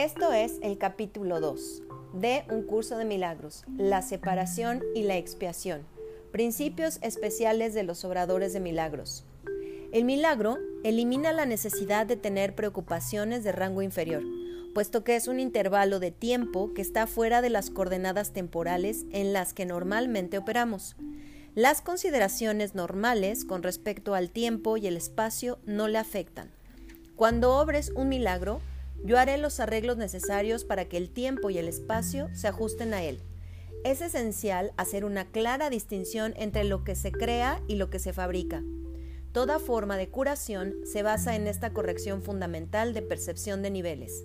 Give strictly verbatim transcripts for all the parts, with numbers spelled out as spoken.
Esto es el capítulo dos de Un curso de milagros, la separación y la expiación, principios especiales de los obradores de milagros. El milagro elimina la necesidad de tener preocupaciones de rango inferior, puesto que es un intervalo de tiempo que está fuera de las coordenadas temporales en las que normalmente operamos. Las consideraciones normales con respecto al tiempo y el espacio no le afectan. Cuando obres un milagro, yo haré los arreglos necesarios para que el tiempo y el espacio se ajusten a él. Es esencial hacer una clara distinción entre lo que se crea y lo que se fabrica. Toda forma de curación se basa en esta corrección fundamental de percepción de niveles.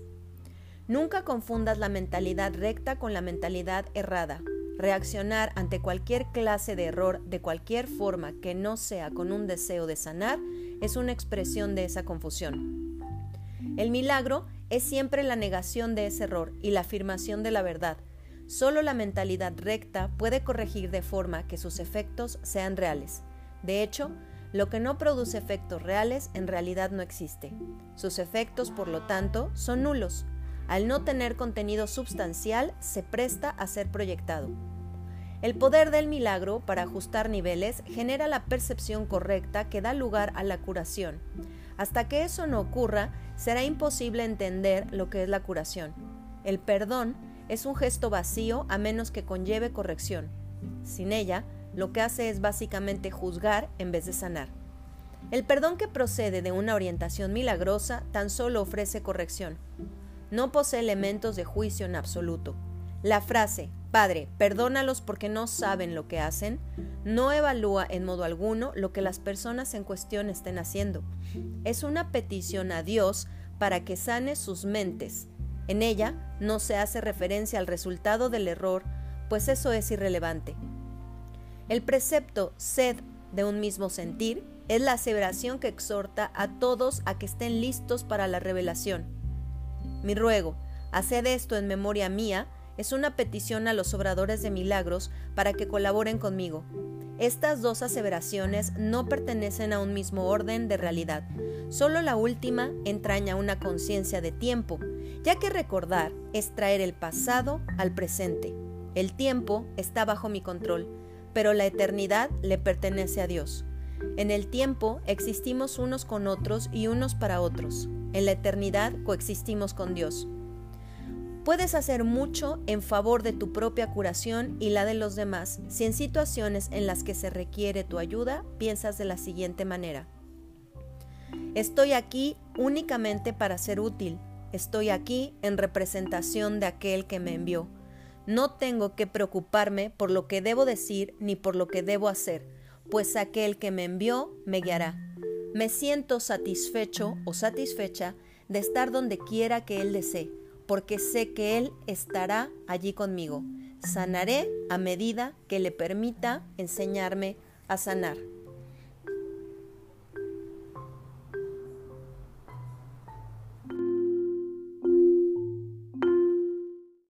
Nunca confundas la mentalidad recta con la mentalidad errada. Reaccionar ante cualquier clase de error de cualquier forma que no sea con un deseo de sanar es una expresión de esa confusión. El milagro es siempre la negación de ese error y la afirmación de la verdad. Solo la mentalidad recta puede corregir de forma que sus efectos sean reales. De hecho, lo que no produce efectos reales en realidad no existe. Sus efectos, por lo tanto, son nulos. Al no tener contenido substancial, se presta a ser proyectado. El poder del milagro para ajustar niveles genera la percepción correcta que da lugar a la curación. Hasta que eso no ocurra, será imposible entender lo que es la curación. El perdón es un gesto vacío a menos que conlleve corrección. Sin ella, lo que hace es básicamente juzgar en vez de sanar. El perdón que procede de una orientación milagrosa tan solo ofrece corrección. No posee elementos de juicio en absoluto. La frase, Padre, perdónalos porque no saben lo que hacen, no evalúa en modo alguno lo que las personas en cuestión estén haciendo. Es una petición a Dios para que sane sus mentes. En ella no se hace referencia al resultado del error, pues eso es irrelevante. El precepto sed de un mismo sentir es la aseveración que exhorta a todos a que estén listos para la revelación. Mi ruego, haced esto en memoria mía, es una petición a los obradores de milagros para que colaboren conmigo. Estas dos aseveraciones no pertenecen a un mismo orden de realidad. Solo la última entraña una conciencia de tiempo, ya que recordar es traer el pasado al presente. El tiempo está bajo mi control, pero la eternidad le pertenece a Dios. En el tiempo existimos unos con otros y unos para otros. En la eternidad coexistimos con Dios. Puedes hacer mucho en favor de tu propia curación y la de los demás si en situaciones en las que se requiere tu ayuda piensas de la siguiente manera. Estoy aquí únicamente para ser útil. Estoy aquí en representación de aquel que me envió. No tengo que preocuparme por lo que debo decir ni por lo que debo hacer, pues aquel que me envió me guiará. Me siento satisfecho o satisfecha de estar donde quiera que Él desee, porque sé que Él estará allí conmigo. Sanaré a medida que le permita enseñarme a sanar.